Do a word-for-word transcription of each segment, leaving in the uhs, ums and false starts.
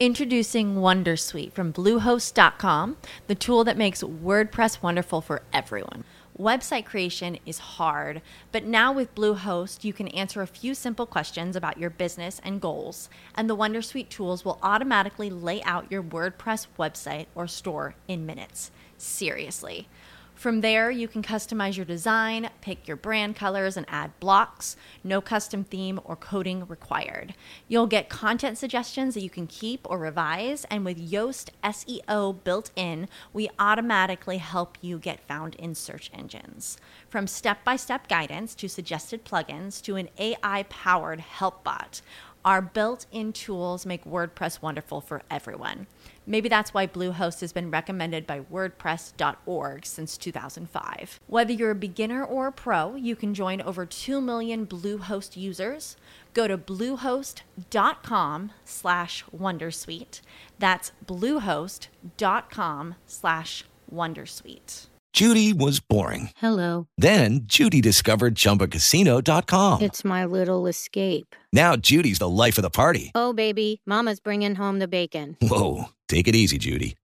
Introducing Wondersuite from Bluehost dot com, the tool that makes WordPress wonderful for everyone. Website creation is hard, but now with Bluehost, you can answer a few simple questions about your business and goals, and the Wondersuite tools will automatically lay out your WordPress website or store in minutes. Seriously. From there, you can customize your design, pick your brand colors, and add blocks. No custom theme or coding required. You'll get content suggestions that you can keep or revise, and with Yoast S E O built in, we automatically help you get found in search engines. From step-by-step guidance to suggested plugins to an A I-powered help bot, our built-in tools make WordPress wonderful for everyone. Maybe that's why Bluehost has been recommended by WordPress dot org since two thousand five. Whether you're a beginner or a pro, you can join over two million Bluehost users. Go to bluehost dot com slash wondersuite. That's bluehost dot com slash wondersuite. Judy was boring. Hello. Then Judy discovered Chumba Casino dot com. It's my little escape. Now Judy's the life of the party. Oh, baby, mama's bringing home the bacon. Whoa, take it easy, Judy.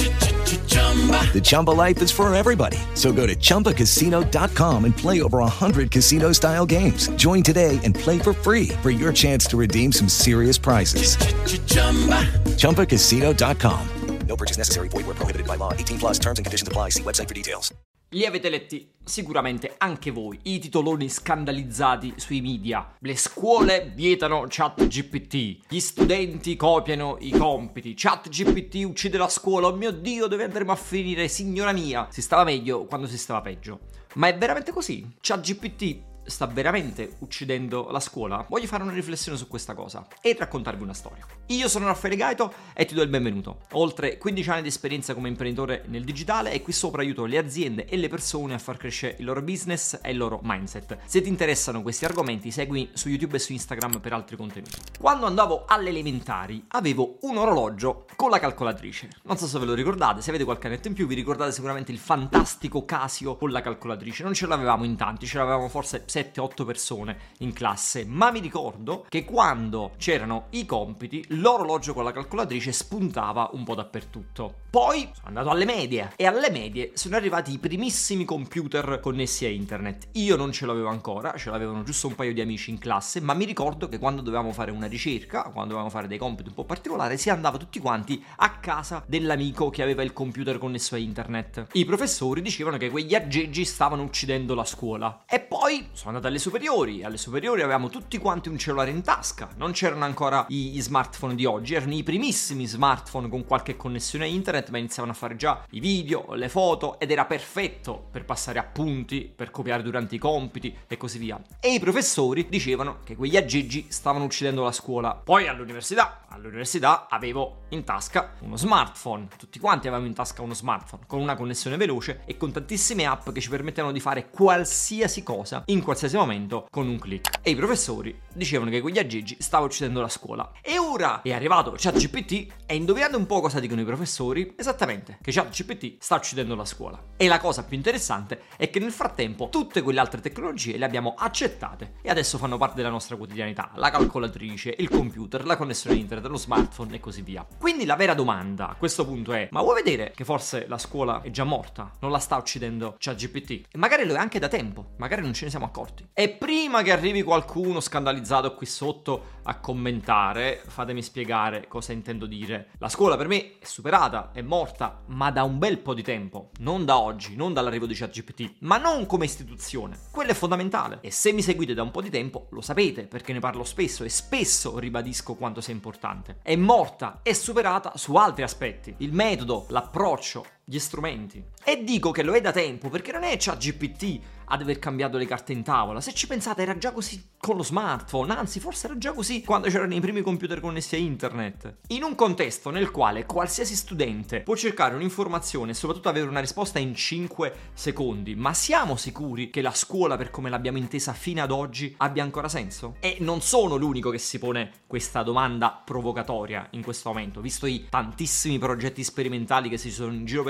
The Chumba life is for everybody. So go to Chumba Casino dot com and play over one hundred casino-style games. Join today and play for free for your chance to redeem some serious prizes. Chumba Casino dot com. No purchase necessary. Void where prohibited by law. eighteen plus terms and conditions apply. See website for details. Li avete letti sicuramente anche voi, i titoloni scandalizzati sui media. Le scuole vietano ChatGPT, gli studenti copiano i compiti, ChatGPT uccide la scuola, oh mio Dio, dove andremo a finire, signora mia? Si stava meglio quando si stava peggio. Ma è veramente così? ChatGPT sta veramente uccidendo la scuola? Voglio fare una riflessione su questa cosa e raccontarvi una storia. Io sono Raffaele Gaito e ti do il benvenuto. Ho oltre quindici anni di esperienza come imprenditore nel digitale e qui sopra aiuto le aziende e le persone a far crescere il loro business e il loro mindset. Se ti interessano questi argomenti, seguimi su YouTube e su Instagram per altri contenuti. Quando andavo alle elementari avevo un orologio con la calcolatrice. Non so se ve lo ricordate, se avete qualche annetto in più vi ricordate sicuramente il fantastico Casio con la calcolatrice. Non ce l'avevamo in tanti, ce l'avevamo forse sette otto persone in classe, ma mi ricordo che quando c'erano i compiti l'orologio con la calcolatrice spuntava un po' dappertutto. Poi sono andato alle medie e alle medie sono arrivati i primissimi computer connessi a internet. Io non ce l'avevo ancora, ce l'avevano giusto un paio di amici in classe, ma mi ricordo che quando dovevamo fare una ricerca, quando dovevamo fare dei compiti un po' particolari, si andava tutti quanti a casa dell'amico che aveva il computer connesso a internet. I professori dicevano che quegli aggeggi stavano uccidendo la scuola. E poi sono andato alle superiori, alle superiori avevamo tutti quanti un cellulare in tasca, non c'erano ancora gli smartphone di oggi, erano i primissimi smartphone con qualche connessione a internet, ma iniziavano a fare già i video, le foto ed era perfetto per passare appunti, per copiare durante i compiti e così via. E i professori dicevano che quegli aggeggi stavano uccidendo la scuola. Poi all'università, all'università avevo in tasca uno smartphone, tutti quanti avevamo in tasca uno smartphone con una connessione veloce e con tantissime app che ci permettevano di fare qualsiasi cosa in qualsiasi momento con un click. E i professori dicevano che quegli aggeggi stavano uccidendo la scuola. E ora è arrivato ChatGPT e indovinate un po' cosa dicono i professori? Esattamente, che ChatGPT sta uccidendo la scuola. E la cosa più interessante è che nel frattempo tutte quelle altre tecnologie le abbiamo accettate e adesso fanno parte della nostra quotidianità. La calcolatrice, il computer, la connessione internet, lo smartphone e così via. Quindi la vera domanda a questo punto è: ma vuoi vedere che forse la scuola è già morta? Non la sta uccidendo ChatGPT? E magari lo è anche da tempo, magari non ce ne siamo accorti. E prima che arrivi qualcuno scandalizzato qui sotto a commentare, fatemi spiegare cosa intendo dire. La scuola per me è superata, è morta, ma da un bel po' di tempo. Non da oggi, non dall'arrivo di ChatGPT, ma non come istituzione. Quello è fondamentale. E se mi seguite da un po' di tempo, lo sapete, perché ne parlo spesso e spesso ribadisco quanto sia importante. È morta, è superata su altri aspetti. Il metodo, l'approccio, gli strumenti. E dico che lo è da tempo perché non è ChatGPT ad aver cambiato le carte in tavola. Se ci pensate era già così con lo smartphone, anzi forse era già così quando c'erano i primi computer connessi a internet. In un contesto nel quale qualsiasi studente può cercare un'informazione e soprattutto avere una risposta in cinque secondi, ma siamo sicuri che la scuola per come l'abbiamo intesa fino ad oggi abbia ancora senso? E non sono l'unico che si pone questa domanda provocatoria in questo momento, visto i tantissimi progetti sperimentali che si sono in giro per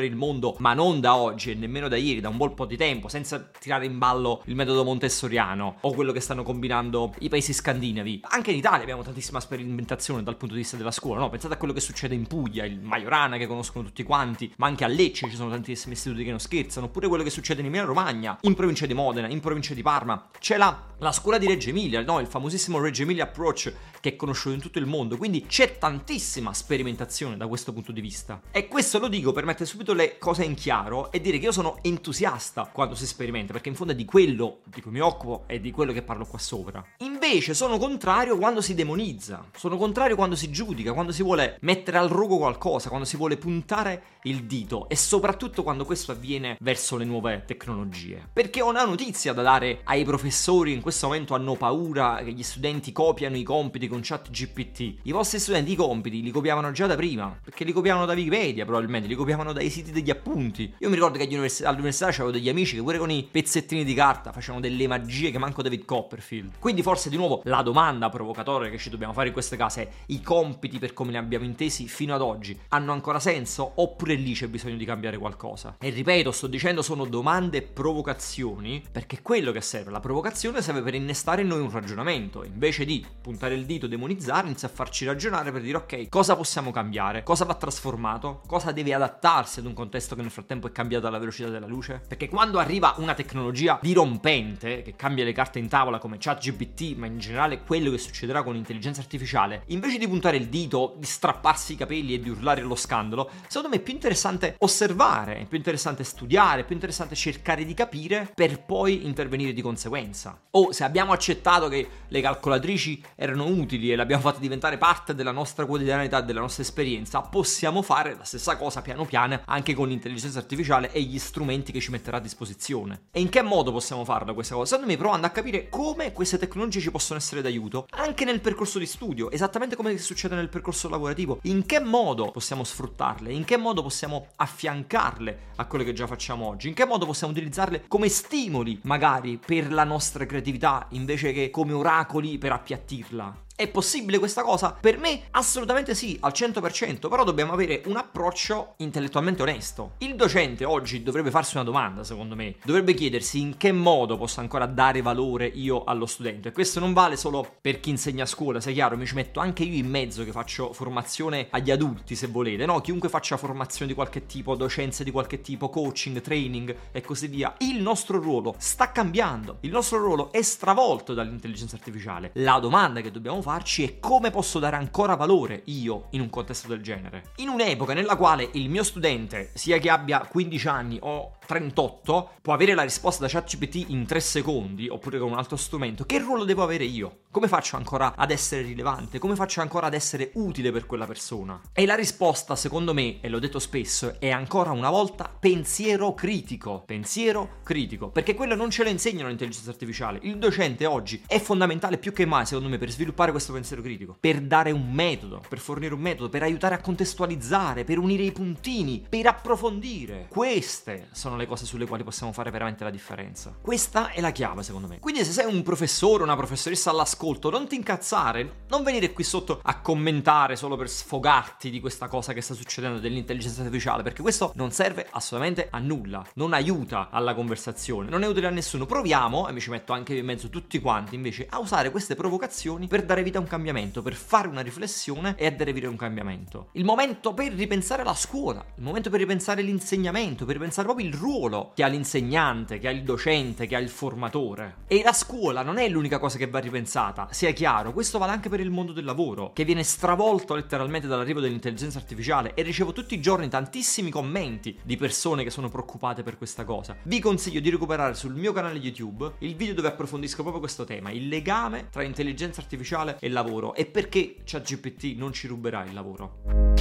risolvere il mondo, ma non da oggi e nemmeno da ieri, da un bel po' di tempo, senza tirare in ballo il metodo montessoriano o quello che stanno combinando i paesi scandinavi. Anche in Italia abbiamo tantissima sperimentazione dal punto di vista della scuola, no? Pensate a quello che succede in Puglia, il Majorana che conoscono tutti quanti, ma anche a Lecce ci sono tantissimi istituti che non scherzano, oppure quello che succede in Emilia Romagna, in provincia di Modena, in provincia di Parma. C'è la, la scuola di Reggio Emilia, no? Il famosissimo Reggio Emilia Approach, che è conosciuto in tutto il mondo, quindi c'è tantissima sperimentazione da questo punto di vista. E questo lo dico per mettere subito le cose in chiaro e dire che io sono entusiasta quando si sperimenta, perché in fondo è di quello di cui mi occupo e di quello che parlo qua sopra. Invece sono contrario quando si demonizza, sono contrario quando si giudica, quando si vuole mettere al rogo qualcosa, quando si vuole puntare il dito, e soprattutto quando questo avviene verso le nuove tecnologie. Perché ho una notizia da dare ai professori, in questo momento hanno paura che gli studenti copiano i compiti con ChatGPT. I vostri studenti i compiti li copiavano già da prima, perché li copiavano da Wikipedia probabilmente, li copiavano dai siti degli appunti. Io mi ricordo che all'università c'avevo degli amici che pure con i pezzettini di carta facevano delle magie che manco David Copperfield. Quindi forse di nuovo la domanda provocatoria che ci dobbiamo fare in queste case è: i compiti per come li abbiamo intesi fino ad oggi hanno ancora senso, oppure lì c'è bisogno di cambiare qualcosa? E ripeto, sto dicendo sono domande e provocazioni, perché è quello che serve. La provocazione serve per innestare in noi un ragionamento, invece di puntare il dito, demonizzare, inizia a farci ragionare per dire: ok, cosa possiamo cambiare, cosa va trasformato, cosa deve adattarsi ad un contesto che nel frattempo è cambiato alla velocità della luce. Perché quando arriva una tecnologia dirompente che cambia le carte in tavola come ChatGPT, ma in generale quello che succederà con l'intelligenza artificiale, invece di puntare il dito, di strapparsi i capelli e di urlare allo scandalo, secondo me è più interessante osservare, è più interessante studiare, è più interessante cercare di capire per poi intervenire di conseguenza. O se abbiamo accettato che le calcolatrici erano utili e le abbiamo fatte diventare parte della nostra quotidianità, della nostra esperienza, possiamo fare la stessa cosa piano piano anche con l'intelligenza artificiale e gli strumenti che ci metterà a disposizione. E in che modo possiamo farla questa cosa? Secondo me provando a capire come queste tecnologie ci possono essere d'aiuto anche nel percorso di studio, esattamente come succede nel percorso lavorativo. In che modo possiamo sfruttarle? In che modo possiamo affiancarle a quello che già facciamo oggi? In che modo possiamo utilizzarle come stimoli magari per la nostra creatività invece che come oracoli per appiattirla? È possibile questa cosa? Per me assolutamente sì, al cento per cento, però dobbiamo avere un approccio intellettualmente onesto. Il docente oggi dovrebbe farsi una domanda, secondo me, dovrebbe chiedersi in che modo posso ancora dare valore io allo studente. E questo non vale solo per chi insegna a scuola, sia chiaro, mi ci metto anche io in mezzo che faccio formazione agli adulti, se volete, no? Chiunque faccia formazione di qualche tipo, docenza di qualche tipo, coaching, training e così via. Il nostro ruolo sta cambiando, il nostro ruolo è stravolto dall'intelligenza artificiale. La domanda che dobbiamo farci è: come posso dare ancora valore io in un contesto del genere? In un'epoca nella quale il mio studente, sia che abbia quindici anni o trentotto, può avere la risposta da ChatGPT in tre secondi oppure con un altro strumento, che ruolo devo avere io? Come faccio ancora ad essere rilevante? Come faccio ancora ad essere utile per quella persona? E la risposta, secondo me, e l'ho detto spesso, è ancora una volta pensiero critico. Pensiero critico, perché quello non ce lo insegnano l'intelligenza artificiale. Il docente oggi è fondamentale più che mai, secondo me, per sviluppare questo pensiero critico, per dare un metodo, per fornire un metodo, per aiutare a contestualizzare, per unire i puntini, per approfondire. Queste sono le cose sulle quali possiamo fare veramente la differenza. Questa è la chiave, secondo me. Quindi se sei un professore o una professoressa all'ascolto, non ti incazzare, non venire qui sotto a commentare solo per sfogarti di questa cosa che sta succedendo dell'intelligenza artificiale, perché questo non serve assolutamente a nulla, non aiuta alla conversazione, non è utile a nessuno. Proviamo, e mi ci metto anche in mezzo tutti quanti, invece, a usare queste provocazioni per dare vita a un cambiamento, per fare una riflessione e a dare vita a un cambiamento. Il momento per ripensare la scuola, il momento per ripensare l'insegnamento, per ripensare proprio il ruolo che ha l'insegnante, che ha il docente, che ha il formatore. E la scuola non è l'unica cosa che va ripensata, sia chiaro, questo vale anche per il mondo del lavoro, che viene stravolto letteralmente dall'arrivo dell'intelligenza artificiale, e ricevo tutti i giorni tantissimi commenti di persone che sono preoccupate per questa cosa. Vi consiglio di recuperare sul mio canale YouTube il video dove approfondisco proprio questo tema, il legame tra intelligenza artificiale e lavoro, e perché ChatGPT non ci ruberà il lavoro.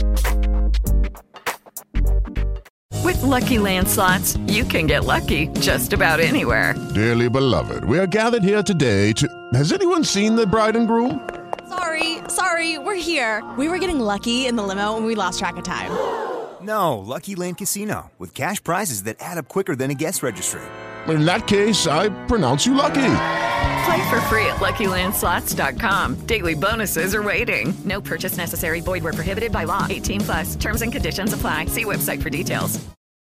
With Lucky Land Slots, you can get lucky just about anywhere. Dearly beloved, we are gathered here today to... Has anyone seen the bride and groom? Sorry, sorry, we're here. We were getting lucky in the limo and we lost track of time. No, Lucky Land Casino, with cash prizes that add up quicker than a guest registry. In that case, I pronounce you lucky. Play for free at Lucky Land Slots dot com. Daily bonuses are waiting. No purchase necessary. Void where prohibited by law. eighteen plus. Terms and conditions apply. See website for details.